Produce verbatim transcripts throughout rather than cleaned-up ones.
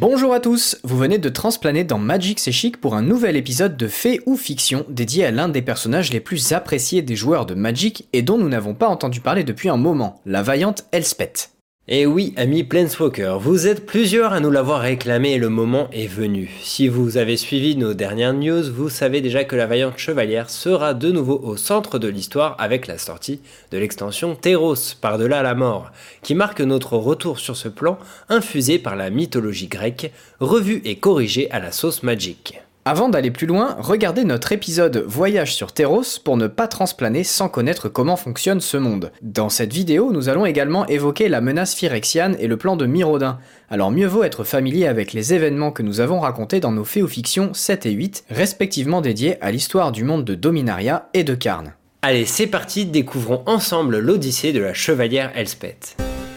Bonjour à tous, vous venez de transplaner dans Magic C'est Chic pour un nouvel épisode de Fait ou Fiction dédié à l'un des personnages les plus appréciés des joueurs de Magic et dont nous n'avons pas entendu parler depuis un moment, la vaillante Elspeth. Et oui, amis Planeswalker, vous êtes plusieurs à nous l'avoir réclamé et le moment est venu. Si vous avez suivi nos dernières news, vous savez déjà que la vaillante chevalière sera de nouveau au centre de l'histoire avec la sortie de l'extension Theros, Par-delà la mort, qui marque notre retour sur ce plan infusé par la mythologie grecque, revue et corrigée à la sauce Magic. Avant d'aller plus loin, regardez notre épisode Voyage sur Theros pour ne pas transplaner sans connaître comment fonctionne ce monde. Dans cette vidéo, nous allons également évoquer la menace phyrexiane et le plan de Mirrodin, alors mieux vaut être familier avec les événements que nous avons racontés dans nos Faits ou Fictions sept et huit, respectivement dédiés à l'histoire du monde de Dominaria et de Karn. Allez, c'est parti, découvrons ensemble l'odyssée de la chevalière Elspeth.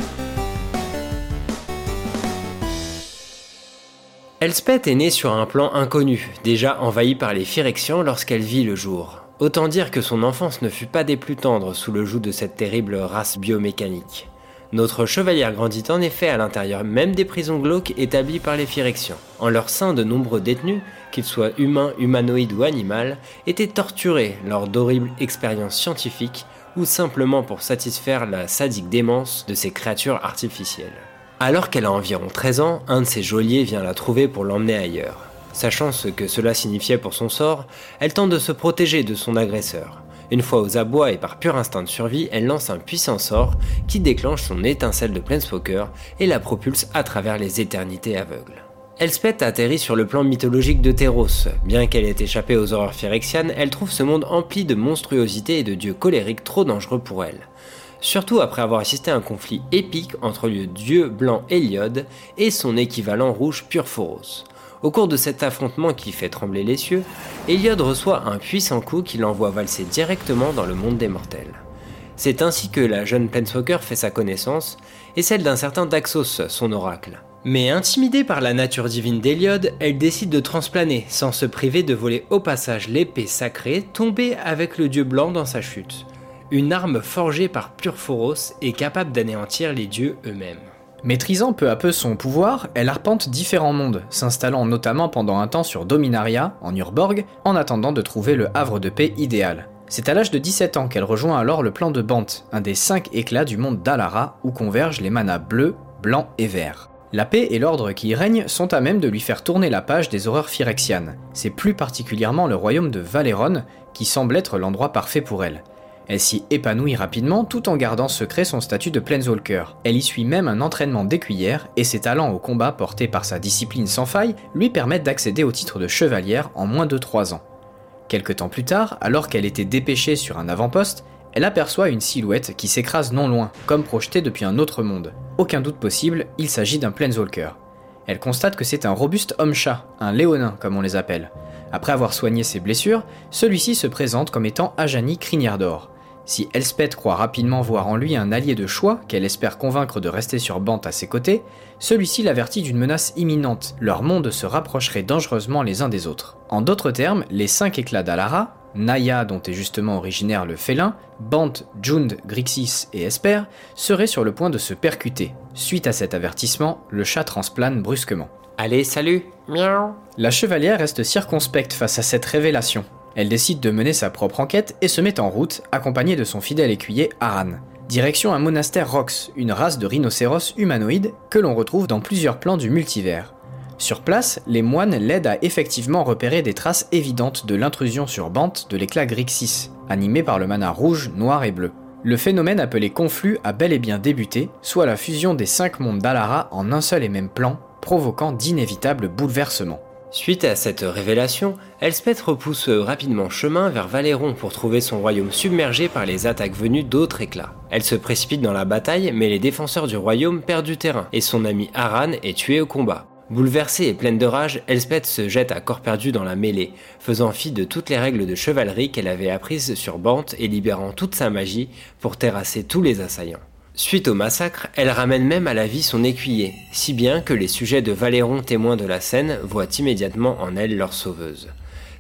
Elspeth est née sur un plan inconnu, déjà envahie par les Phyrexians lorsqu'elle vit le jour. Autant dire que son enfance ne fut pas des plus tendres sous le joug de cette terrible race biomécanique. Notre chevalière grandit en effet à l'intérieur même des prisons glauques établies par les Phyrexians. En leur sein, de nombreux détenus, qu'ils soient humains, humanoïdes ou animaux, étaient torturés lors d'horribles expériences scientifiques ou simplement pour satisfaire la sadique démence de ces créatures artificielles. Alors qu'elle a environ treize ans, un de ses geôliers vient la trouver pour l'emmener ailleurs. Sachant ce que cela signifiait pour son sort, elle tente de se protéger de son agresseur. Une fois aux abois et par pur instinct de survie, elle lance un puissant sort qui déclenche son étincelle de Planeswalker et la propulse à travers les éternités aveugles. Elspeth atterrit sur le plan mythologique de Theros. Bien qu'elle ait échappé aux horreurs phyrexianes, elle trouve ce monde empli de monstruosités et de dieux colériques trop dangereux pour elle. Surtout après avoir assisté à un conflit épique entre le dieu blanc Heliod et son équivalent rouge Purphoros. Au cours de cet affrontement qui fait trembler les cieux, Heliod reçoit un puissant coup qui l'envoie valser directement dans le monde des mortels. C'est ainsi que la jeune Planeswalker fait sa connaissance, et celle d'un certain Daxos, son oracle. Mais intimidée par la nature divine d'Heliod, elle décide de transplaner, sans se priver de voler au passage l'épée sacrée tombée avec le dieu blanc dans sa chute. Une arme forgée par Purphoros est capable d'anéantir les dieux eux-mêmes. Maîtrisant peu à peu son pouvoir, elle arpente différents mondes, s'installant notamment pendant un temps sur Dominaria, en Urborg, en attendant de trouver le havre de paix idéal. C'est à l'âge de dix-sept ans qu'elle rejoint alors le plan de Bant, un des cinq éclats du monde d'Alara, où convergent les manas bleu, blanc et vert. La paix et l'ordre qui y règnent sont à même de lui faire tourner la page des horreurs phyrexianes. C'est plus particulièrement le royaume de Valeron qui semble être l'endroit parfait pour elle. Elle s'y épanouit rapidement tout en gardant secret son statut de Planeswalker. Elle y suit même un entraînement d'écuyère et ses talents au combat portés par sa discipline sans faille lui permettent d'accéder au titre de chevalière en moins de trois ans. Quelque temps plus tard, alors qu'elle était dépêchée sur un avant-poste, elle aperçoit une silhouette qui s'écrase non loin, comme projetée depuis un autre monde. Aucun doute possible, il s'agit d'un Planeswalker. Elle constate que c'est un robuste homme-chat, un léonin comme on les appelle. Après avoir soigné ses blessures, celui-ci se présente comme étant Ajani Crignardor. Si Elspeth croit rapidement voir en lui un allié de choix qu'elle espère convaincre de rester sur Bant à ses côtés, celui-ci l'avertit d'une menace imminente, leurs mondes se rapprocheraient dangereusement les uns des autres. En d'autres termes, les cinq éclats d'Alara, Naya dont est justement originaire le félin, Bant, Jund, Grixis et Esper, seraient sur le point de se percuter. Suite à cet avertissement, le chat transplane brusquement. Allez, salut, miaou. La chevalière reste circonspecte face à cette révélation. Elle décide de mener sa propre enquête et se met en route, accompagnée de son fidèle écuyer Aran. Direction un monastère Rox, une race de rhinocéros humanoïdes que l'on retrouve dans plusieurs plans du multivers. Sur place, les moines l'aident à effectivement repérer des traces évidentes de l'intrusion sur Bant de l'éclat Grixis, animé par le mana rouge, noir et bleu. Le phénomène appelé conflux a bel et bien débuté, soit la fusion des cinq mondes d'Alara en un seul et même plan, provoquant d'inévitables bouleversements. Suite à cette révélation, Elspeth repousse rapidement chemin vers Valeron pour trouver son royaume submergé par les attaques venues d'autres éclats. Elle se précipite dans la bataille, mais les défenseurs du royaume perdent du terrain, et son ami Aran est tué au combat. Bouleversée et pleine de rage, Elspeth se jette à corps perdu dans la mêlée, faisant fi de toutes les règles de chevalerie qu'elle avait apprises sur Bant et libérant toute sa magie pour terrasser tous les assaillants. Suite au massacre, elle ramène même à la vie son écuyer, si bien que les sujets de Valeron témoins de la scène voient immédiatement en elle leur sauveuse.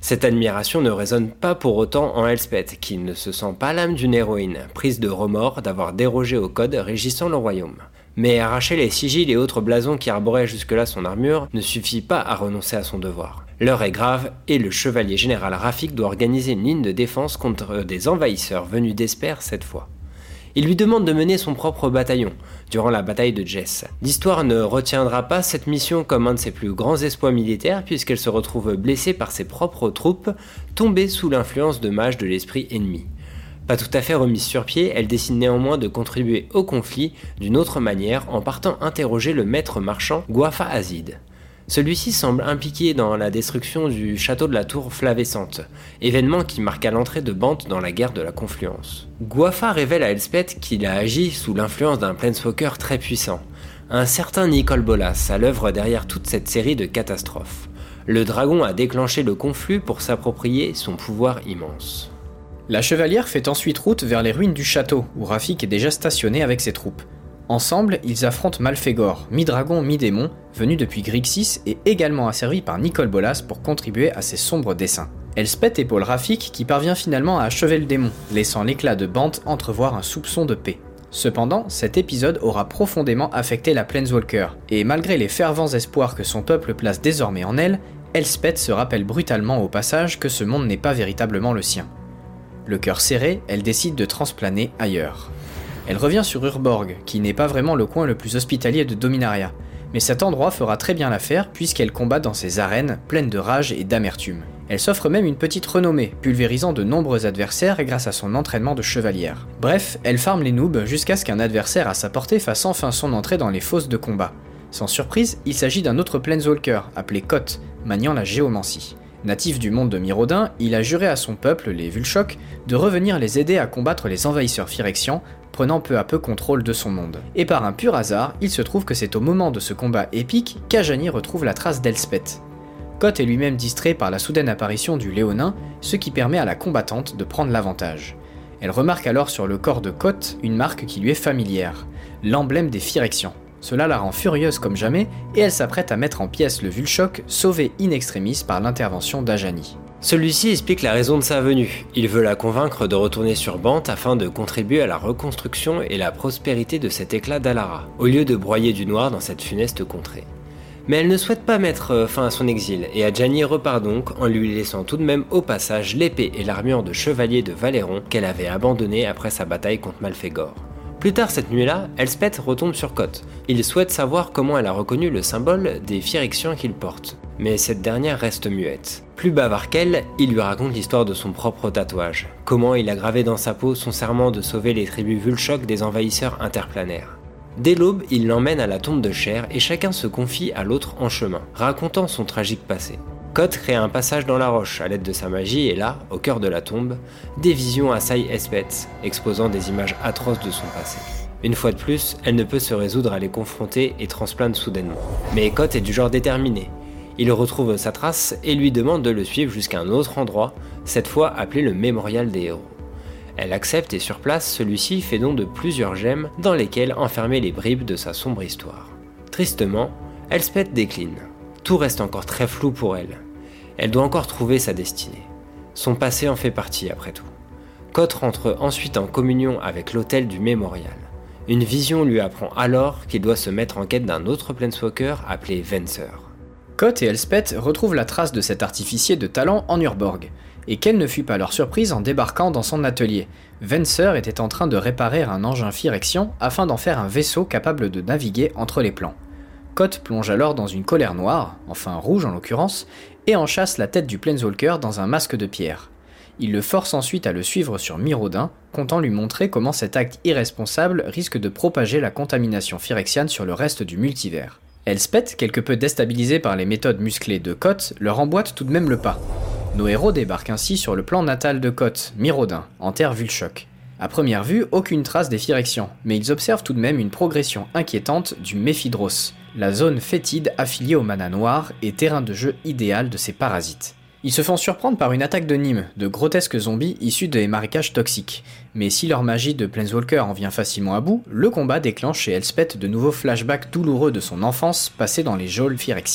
Cette admiration ne résonne pas pour autant en Elspeth, qui ne se sent pas l'âme d'une héroïne, prise de remords d'avoir dérogé au code régissant le royaume. Mais arracher les sigils et autres blasons qui arboraient jusque-là son armure ne suffit pas à renoncer à son devoir. L'heure est grave et le chevalier général Rafik doit organiser une ligne de défense contre des envahisseurs venus d'Esper cette fois. Il lui demande de mener son propre bataillon, durant la bataille de Jess. L'histoire ne retiendra pas cette mission comme un de ses plus grands exploits militaires puisqu'elle se retrouve blessée par ses propres troupes, tombées sous l'influence de mages de l'esprit ennemi. Pas tout à fait remise sur pied, elle décide néanmoins de contribuer au conflit d'une autre manière en partant interroger le maître marchand Gwafa Azid. Celui-ci semble impliqué dans la destruction du château de la Tour Flavescente, événement qui marqua l'entrée de Bant dans la guerre de la Confluence. Gwafa révèle à Elspeth qu'il a agi sous l'influence d'un planeswalker très puissant, un certain Nicol Bolas, à l'œuvre derrière toute cette série de catastrophes. Le dragon a déclenché le conflit pour s'approprier son pouvoir immense. La chevalière fait ensuite route vers les ruines du château, où Rafik est déjà stationné avec ses troupes. Ensemble, ils affrontent Malfegor, mi-dragon, mi-démon, venu depuis Grixis et également asservi par Nicol Bolas pour contribuer à ses sombres desseins. Elspeth épaule Rafik qui parvient finalement à achever le démon, laissant l'éclat de Bant entrevoir un soupçon de paix. Cependant, cet épisode aura profondément affecté la Planeswalker, et malgré les fervents espoirs que son peuple place désormais en elle, Elspeth se rappelle brutalement au passage que ce monde n'est pas véritablement le sien. Le cœur serré, elle décide de transplaner ailleurs. Elle revient sur Urborg, qui n'est pas vraiment le coin le plus hospitalier de Dominaria, mais cet endroit fera très bien l'affaire puisqu'elle combat dans ses arènes pleines de rage et d'amertume. Elle s'offre même une petite renommée, pulvérisant de nombreux adversaires grâce à son entraînement de chevalière. Bref, elle farme les noobs jusqu'à ce qu'un adversaire à sa portée fasse enfin son entrée dans les fosses de combat. Sans surprise, il s'agit d'un autre Planeswalker, appelé Kot, maniant la géomancie. Natif du monde de Mirrodin, il a juré à son peuple, les Vulchocs, de revenir les aider à combattre les envahisseurs phyrexians, prenant peu à peu contrôle de son monde. Et par un pur hasard, il se trouve que c'est au moment de ce combat épique qu'Ajani retrouve la trace d'Elspeth. Kot est lui-même distrait par la soudaine apparition du Léonin, ce qui permet à la combattante de prendre l'avantage. Elle remarque alors sur le corps de Kot une marque qui lui est familière, l'emblème des Phyrexians. Cela la rend furieuse comme jamais, et elle s'apprête à mettre en pièces le Vulchoc, sauvé in extremis par l'intervention d'Ajani. Celui-ci explique la raison de sa venue. Il veut la convaincre de retourner sur Bant afin de contribuer à la reconstruction et la prospérité de cet éclat d'Alara, au lieu de broyer du noir dans cette funeste contrée. Mais elle ne souhaite pas mettre fin à son exil, et Ajani repart donc en lui laissant tout de même au passage l'épée et l'armure de chevalier de Valéron qu'elle avait abandonnée après sa bataille contre Malfegor. Plus tard cette nuit-là, Elspeth retombe sur Kot. Il souhaite savoir comment elle a reconnu le symbole des Phyrexians qu'il porte, mais cette dernière reste muette. Plus bavard qu'elle, il lui raconte l'histoire de son propre tatouage, comment il a gravé dans sa peau son serment de sauver les tribus Vulchocs des envahisseurs interplanaires. Dès l'aube, il l'emmène à la tombe de Cher et chacun se confie à l'autre en chemin, racontant son tragique passé. Kot crée un passage dans la roche à l'aide de sa magie et là, au cœur de la tombe, des visions assaillent Elspeth, exposant des images atroces de son passé. Une fois de plus, elle ne peut se résoudre à les confronter et transplane soudainement. Mais Kot est du genre déterminé. Il retrouve sa trace et lui demande de le suivre jusqu'à un autre endroit, cette fois appelé le Mémorial des Héros. Elle accepte et sur place, celui-ci fait don de plusieurs gemmes dans lesquelles enfermer les bribes de sa sombre histoire. Tristement, Elspeth décline. Tout reste encore très flou pour elle. Elle doit encore trouver sa destinée. Son passé en fait partie après tout. Kot rentre ensuite en communion avec l'autel du Mémorial. Une vision lui apprend alors qu'il doit se mettre en quête d'un autre Planeswalker appelé Venser. Kot et Elspeth retrouvent la trace de cet artificier de talent en Urborg, et quelle ne fut pas leur surprise en débarquant dans son atelier. Venser était en train de réparer un engin phyrexian afin d'en faire un vaisseau capable de naviguer entre les plans. Kot plonge alors dans une colère noire, enfin rouge en l'occurrence, et enchâsse la tête du Planeswalker dans un masque de pierre. Il le force ensuite à le suivre sur Mirrodin, comptant lui montrer comment cet acte irresponsable risque de propager la contamination phyrexiane sur le reste du multivers. Elspeth, quelque peu déstabilisée par les méthodes musclées de Kot, leur emboîte tout de même le pas. Nos héros débarquent ainsi sur le plan natal de Kot, Mirrodin, en terre Vulchoc. À première vue, aucune trace des Phyrexians, mais ils observent tout de même une progression inquiétante du Méphidros, la zone fétide affiliée au mana noir et terrain de jeu idéal de ces parasites. Ils se font surprendre par une attaque de Nîmes, de grotesques zombies issus des marécages toxiques. Mais si leur magie de Planeswalker en vient facilement à bout, le combat déclenche chez Elspeth de nouveaux flashbacks douloureux de son enfance passée dans les geôles phyrexianes.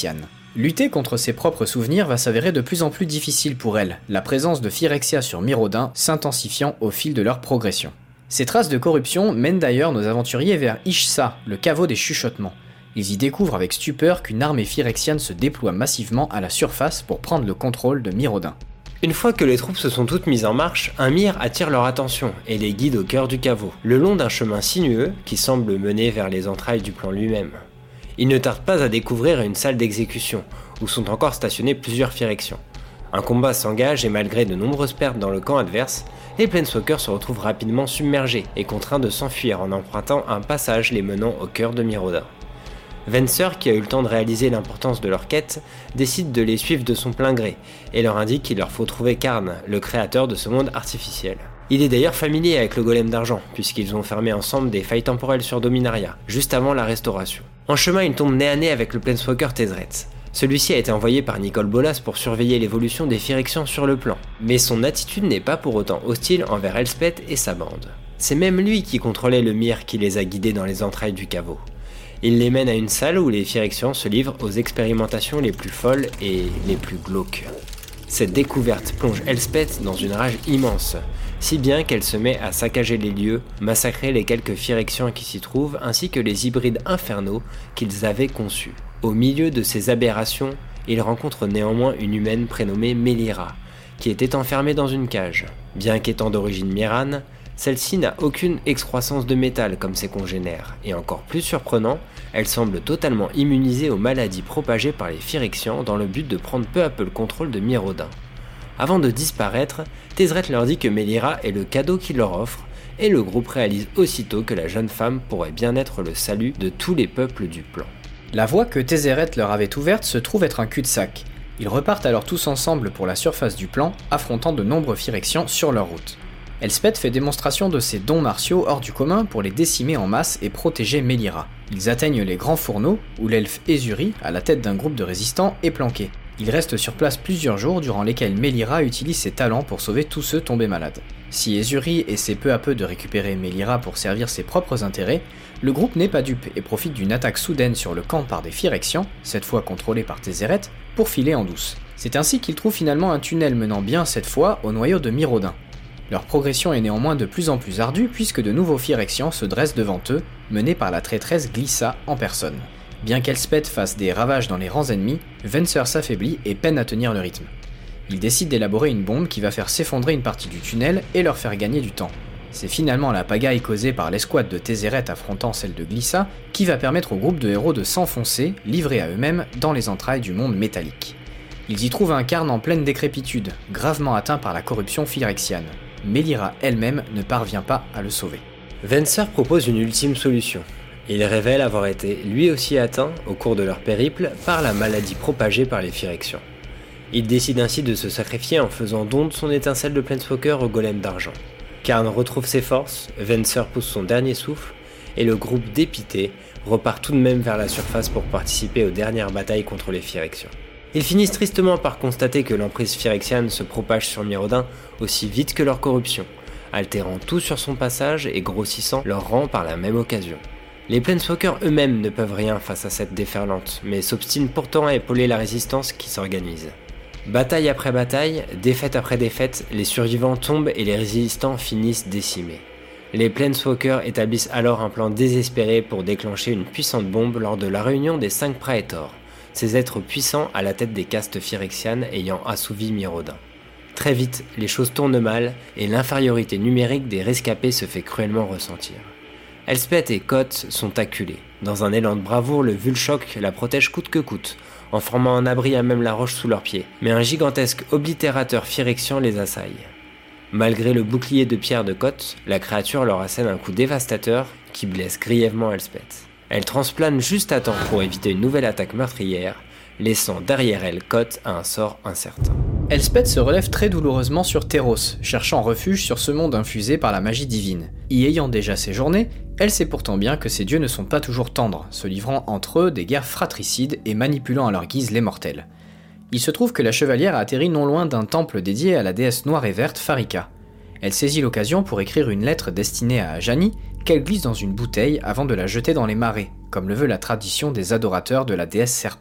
Lutter contre ses propres souvenirs va s'avérer de plus en plus difficile pour elle, la présence de Phyrexia sur Miraudin s'intensifiant au fil de leur progression. Ces traces de corruption mènent d'ailleurs nos aventuriers vers Ishsa, le caveau des chuchotements. Ils y découvrent avec stupeur qu'une armée phyrexiane se déploie massivement à la surface pour prendre le contrôle de Miraudin. Une fois que les troupes se sont toutes mises en marche, un mire attire leur attention et les guide au cœur du caveau, le long d'un chemin sinueux qui semble mener vers les entrailles du plan lui-même. Ils ne tardent pas à découvrir une salle d'exécution, où sont encore stationnés plusieurs Phyrexians. Un combat s'engage et malgré de nombreuses pertes dans le camp adverse, les Planeswalkers se retrouvent rapidement submergés et contraints de s'enfuir en empruntant un passage les menant au cœur de Miraudin. Venser, qui a eu le temps de réaliser l'importance de leur quête, décide de les suivre de son plein gré et leur indique qu'il leur faut trouver Karn, le créateur de ce monde artificiel. Il est d'ailleurs familier avec le golem d'argent, puisqu'ils ont fermé ensemble des failles temporelles sur Dominaria, juste avant la restauration. En chemin, ils tombent nez à nez avec le Planeswalker Tezzeret. Celui-ci a été envoyé par Nicol Bolas pour surveiller l'évolution des Phyrexians sur le plan, mais son attitude n'est pas pour autant hostile envers Elspeth et sa bande. C'est même lui qui contrôlait le mire qui les a guidés dans les entrailles du caveau. Il les mène à une salle où les Phyrexians se livrent aux expérimentations les plus folles et les plus glauques. Cette découverte plonge Elspeth dans une rage immense, si bien qu'elle se met à saccager les lieux, massacrer les quelques Phyrexians qui s'y trouvent, ainsi que les hybrides infernaux qu'ils avaient conçus. Au milieu de ces aberrations, ils rencontrent néanmoins une humaine prénommée Melira, qui était enfermée dans une cage. Bien qu'étant d'origine Mirane, celle-ci n'a aucune excroissance de métal comme ses congénères, et encore plus surprenant, elle semble totalement immunisée aux maladies propagées par les Phyrexians dans le but de prendre peu à peu le contrôle de Miraudin. Avant de disparaître, Tezzeret leur dit que Melira est le cadeau qu'il leur offre, et le groupe réalise aussitôt que la jeune femme pourrait bien être le salut de tous les peuples du plan. La voie que Tezzeret leur avait ouverte se trouve être un cul-de-sac. Ils repartent alors tous ensemble pour la surface du plan, affrontant de nombreux Phyrexians sur leur route. Elspeth fait démonstration de ses dons martiaux hors du commun pour les décimer en masse et protéger Melira. Ils atteignent les grands fourneaux, où l'elfe Ezuri, à la tête d'un groupe de résistants, est planqué. Ils restent sur place plusieurs jours durant lesquels Melira utilise ses talents pour sauver tous ceux tombés malades. Si Ezuri essaie peu à peu de récupérer Melira pour servir ses propres intérêts, le groupe n'est pas dupe et profite d'une attaque soudaine sur le camp par des Phyrexians, cette fois contrôlés par Tezzeret, pour filer en douce. C'est ainsi qu'ils trouvent finalement un tunnel menant bien cette fois au noyau de Miraudin. Leur progression est néanmoins de plus en plus ardue puisque de nouveaux Phyrexians se dressent devant eux, menés par la traîtresse Glissa en personne. Bien qu'Elspeth fasse des ravages dans les rangs ennemis, Venser s'affaiblit et peine à tenir le rythme. Il décide d'élaborer une bombe qui va faire s'effondrer une partie du tunnel et leur faire gagner du temps. C'est finalement la pagaille causée par l'escouade de Tezzeret affrontant celle de Glissa qui va permettre au groupe de héros de s'enfoncer, livrés à eux-mêmes, dans les entrailles du monde métallique. Ils y trouvent un Karn en pleine décrépitude, gravement atteint par la corruption phyrexiane. Melira elle-même ne parvient pas à le sauver. Venser propose une ultime solution. Il révèle avoir été lui aussi atteint, au cours de leur périple, par la maladie propagée par les Phyrexians. Il décide ainsi de se sacrifier en faisant don de son étincelle de Planeswalker au golem d'argent. Karn retrouve ses forces, Venser pousse son dernier souffle, et le groupe dépité repart tout de même vers la surface pour participer aux dernières batailles contre les Phyrexians. Ils finissent tristement par constater que l'emprise phyrexiane se propage sur Miraudin aussi vite que leur corruption, altérant tout sur son passage et grossissant leur rang par la même occasion. Les Planeswalkers eux-mêmes ne peuvent rien face à cette déferlante, mais s'obstinent pourtant à épauler la résistance qui s'organise. Bataille après bataille, défaite après défaite, les survivants tombent et les résistants finissent décimés. Les Planeswalkers établissent alors un plan désespéré pour déclencher une puissante bombe lors de la réunion des cinq Praetors, ces êtres puissants à la tête des castes phyrexianes ayant assouvi Miraudin. Très vite, les choses tournent mal et l'infériorité numérique des rescapés se fait cruellement ressentir. Elspeth et Kot sont acculés. Dans un élan de bravoure, le Vulchoc la protège coûte que coûte, en formant un abri à même la roche sous leurs pieds, mais un gigantesque oblitérateur phyrexian les assaille. Malgré le bouclier de pierre de Kot, la créature leur assène un coup dévastateur qui blesse grièvement Elspeth. Elle transplane juste à temps pour éviter une nouvelle attaque meurtrière, laissant derrière elle Kot à un sort incertain. Elspeth se relève très douloureusement sur Terros, cherchant refuge sur ce monde infusé par la magie divine. Y ayant déjà séjourné, elle sait pourtant bien que ces dieux ne sont pas toujours tendres, se livrant entre eux des guerres fratricides et manipulant à leur guise les mortels. Il se trouve que la chevalière a atterri non loin d'un temple dédié à la déesse noire et verte Pharika. Elle saisit l'occasion pour écrire une lettre destinée à Ajani, qu'elle glisse dans une bouteille avant de la jeter dans les marais, comme le veut la tradition des adorateurs de la déesse serpent.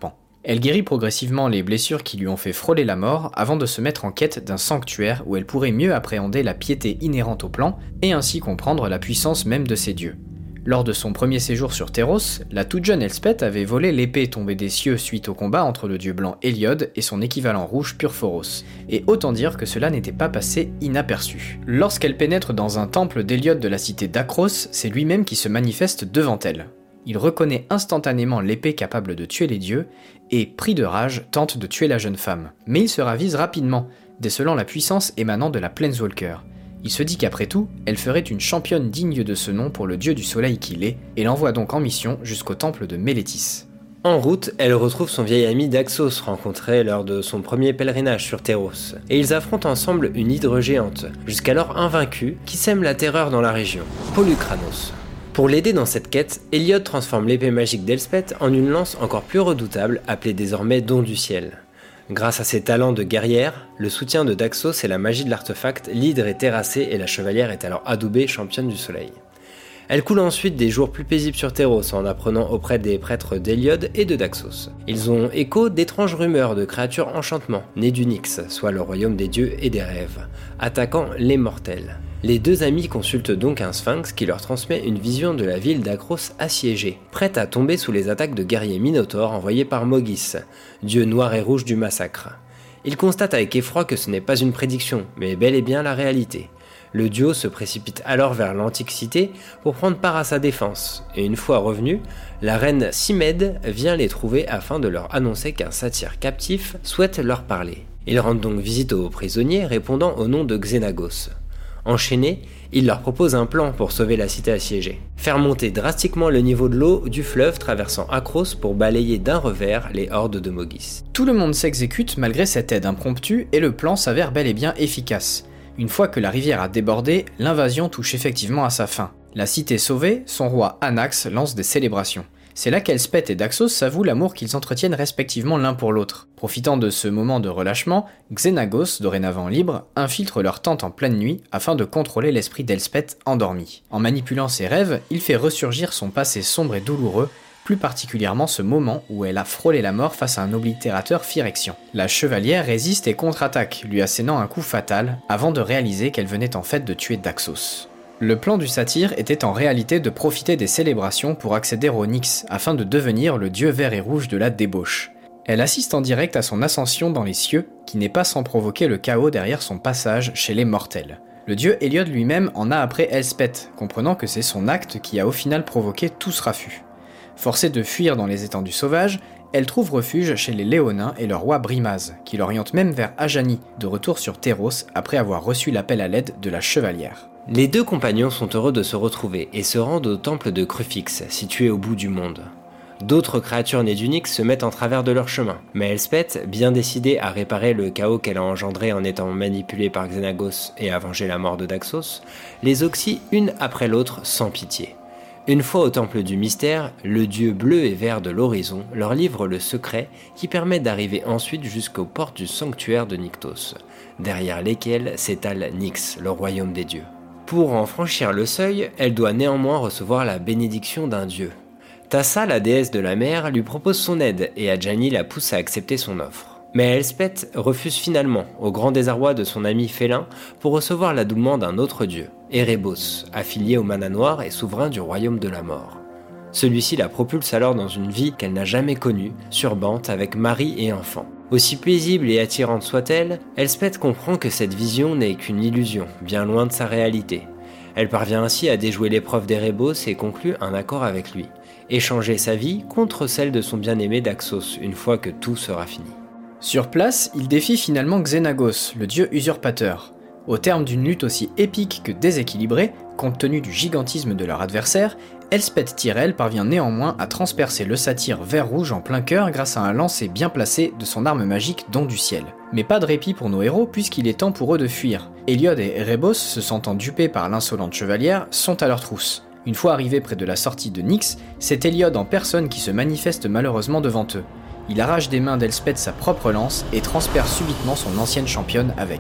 Elle guérit progressivement les blessures qui lui ont fait frôler la mort avant de se mettre en quête d'un sanctuaire où elle pourrait mieux appréhender la piété inhérente au plan et ainsi comprendre la puissance même de ses dieux. Lors de son premier séjour sur Théros, la toute jeune Elspeth avait volé l'épée tombée des cieux suite au combat entre le dieu blanc Héliode et son équivalent rouge Purphoros, et autant dire que cela n'était pas passé inaperçu. Lorsqu'elle pénètre dans un temple d'Héliode de la cité d'Acros, c'est lui-même qui se manifeste devant elle. Il reconnaît instantanément l'épée capable de tuer les dieux, et, pris de rage, tente de tuer la jeune femme. Mais il se ravise rapidement, décelant la puissance émanant de la Planeswalker. Il se dit qu'après tout, elle ferait une championne digne de ce nom pour le dieu du soleil qu'il est, et l'envoie donc en mission jusqu'au temple de Mélétis. En route, elle retrouve son vieil ami Daxos, rencontré lors de son premier pèlerinage sur Théros, et ils affrontent ensemble une hydre géante, jusqu'alors invaincue, qui sème la terreur dans la région, Polukranos. Pour l'aider dans cette quête, Héliode transforme l'épée magique d'Elspeth en une lance encore plus redoutable, appelée désormais Don du Ciel. Grâce à ses talents de guerrière, le soutien de Daxos et la magie de l'artefact, l'hydre est terrassée et la chevalière est alors adoubée championne du soleil. Elle coule ensuite des jours plus paisibles sur Théros en apprenant auprès des prêtres d'Héliode et de Daxos. Ils ont écho d'étranges rumeurs de créatures enchantements, nées du Nyx, soit le royaume des dieux et des rêves, attaquant les mortels. Les deux amis consultent donc un sphinx qui leur transmet une vision de la ville d'Acros assiégée, prête à tomber sous les attaques de guerriers minotaures envoyés par Mogis, dieu noir et rouge du massacre. Ils constatent avec effroi que ce n'est pas une prédiction, mais bel et bien la réalité. Le duo se précipite alors vers l'antique cité pour prendre part à sa défense, et une fois revenu, la reine Simède vient les trouver afin de leur annoncer qu'un satyre captif souhaite leur parler. Ils rendent donc visite aux prisonniers répondant au nom de Xenagos. Enchaînés, il leur propose un plan pour sauver la cité assiégée. Faire monter drastiquement le niveau de l'eau du fleuve traversant Acros pour balayer d'un revers les hordes de Mogis. Tout le monde s'exécute malgré cette aide impromptue et le plan s'avère bel et bien efficace. Une fois que la rivière a débordé, l'invasion touche effectivement à sa fin. La cité sauvée, son roi Anax lance des célébrations. C'est là qu'Elspeth et Daxos s'avouent l'amour qu'ils entretiennent respectivement l'un pour l'autre. Profitant de ce moment de relâchement, Xenagos, dorénavant libre, infiltre leur tente en pleine nuit afin de contrôler l'esprit d'Elspeth endormi. En manipulant ses rêves, il fait ressurgir son passé sombre et douloureux, plus particulièrement ce moment où elle a frôlé la mort face à un oblitérateur Phyrexian. La chevalière résiste et contre-attaque, lui assénant un coup fatal, avant de réaliser qu'elle venait en fait de tuer Daxos. Le plan du satyre était en réalité de profiter des célébrations pour accéder au Nyx, afin de devenir le dieu vert et rouge de la débauche. Elle assiste en direct à son ascension dans les cieux, qui n'est pas sans provoquer le chaos derrière son passage chez les mortels. Le dieu Héliode lui-même en a après Elspeth, comprenant que c'est son acte qui a au final provoqué tout ce raffut. Forcée de fuir dans les étendues sauvages, elle trouve refuge chez les Léonins et leur roi Brimaz, qui l'oriente même vers Ajani, de retour sur Théros après avoir reçu l'appel à l'aide de la chevalière. Les deux compagnons sont heureux de se retrouver et se rendent au temple de Crufix, situé au bout du monde. D'autres créatures nées du Nyx se mettent en travers de leur chemin, mais Elspeth, bien décidée à réparer le chaos qu'elle a engendré en étant manipulée par Xenagos et à venger la mort de Daxos, les oxy une après l'autre sans pitié. Une fois au temple du mystère, le dieu bleu et vert de l'horizon leur livre le secret qui permet d'arriver ensuite jusqu'aux portes du sanctuaire de Nyktos, derrière lesquelles s'étale Nyx, le royaume des dieux. Pour en franchir le seuil, elle doit néanmoins recevoir la bénédiction d'un dieu. Thassa, la déesse de la mer, lui propose son aide et Ajani la pousse à accepter son offre. Mais Elspeth refuse finalement, au grand désarroi de son ami félin, pour recevoir l'adoubement d'un autre dieu, Erebos, affilié au mana noir et souverain du royaume de la mort. Celui-ci la propulse alors dans une vie qu'elle n'a jamais connue, surbante avec mari et enfant. Aussi paisible et attirante soit-elle, Elspeth comprend que cette vision n'est qu'une illusion, bien loin de sa réalité. Elle parvient ainsi à déjouer l'épreuve d'Erebos et conclut un accord avec lui, échanger sa vie contre celle de son bien-aimé Daxos une fois que tout sera fini. Sur place, il défie finalement Xenagos, le dieu usurpateur. Au terme d'une lutte aussi épique que déséquilibrée, compte tenu du gigantisme de leur adversaire, Elspeth Tyrell parvient néanmoins à transpercer le satyre vert-rouge en plein cœur grâce à un lancer bien placé de son arme magique Don du Ciel. Mais pas de répit pour nos héros puisqu'il est temps pour eux de fuir. Héliode et Erebos, se sentant dupés par l'insolente chevalière, sont à leur trousse. Une fois arrivés près de la sortie de Nyx, c'est Héliode en personne qui se manifeste malheureusement devant eux. Il arrache des mains d'Elspeth sa propre lance et transperce subitement son ancienne championne avec.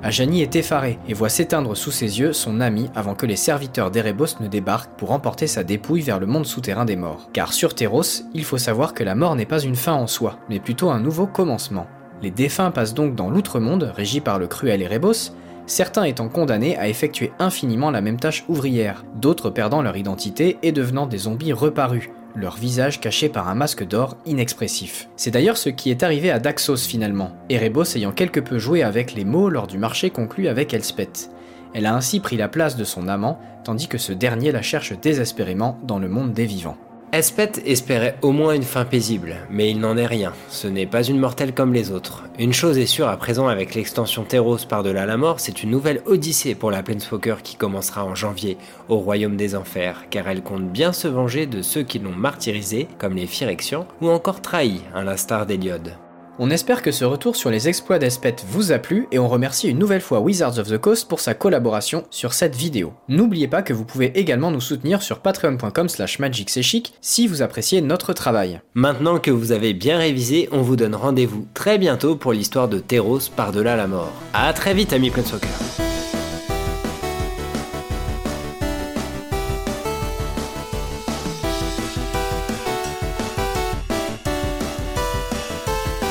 Ajani est effaré et voit s'éteindre sous ses yeux son ami avant que les serviteurs d'Erebos ne débarquent pour emporter sa dépouille vers le monde souterrain des morts. Car sur Théros, il faut savoir que la mort n'est pas une fin en soi, mais plutôt un nouveau commencement. Les défunts passent donc dans l'outre-monde, régi par le cruel Erebos, certains étant condamnés à effectuer infiniment la même tâche ouvrière, d'autres perdant leur identité et devenant des zombies reparus, leur visage caché par un masque d'or inexpressif. C'est d'ailleurs ce qui est arrivé à Daxos finalement, Erebos ayant quelque peu joué avec les mots lors du marché conclu avec Elspeth. Elle a ainsi pris la place de son amant, tandis que ce dernier la cherche désespérément dans le monde des vivants. Elspeth espérait au moins une fin paisible, mais il n'en est rien, ce n'est pas une mortelle comme les autres. Une chose est sûre à présent avec l'extension Théros par-delà la mort, c'est une nouvelle odyssée pour la Planeswalker qui commencera en janvier au Royaume des Enfers, car elle compte bien se venger de ceux qui l'ont martyrisée, comme les Phyrexians, ou encore trahi, à l'instar d'Héliod. On espère que ce retour sur les exploits d'Elspeth vous a plu et on remercie une nouvelle fois Wizards of the Coast pour sa collaboration sur cette vidéo. N'oubliez pas que vous pouvez également nous soutenir sur patreon point com slash magic c'est chic si vous appréciez notre travail. Maintenant que vous avez bien révisé, on vous donne rendez-vous très bientôt pour l'histoire de Théros par-delà la mort. A très vite amis Planeswalkers.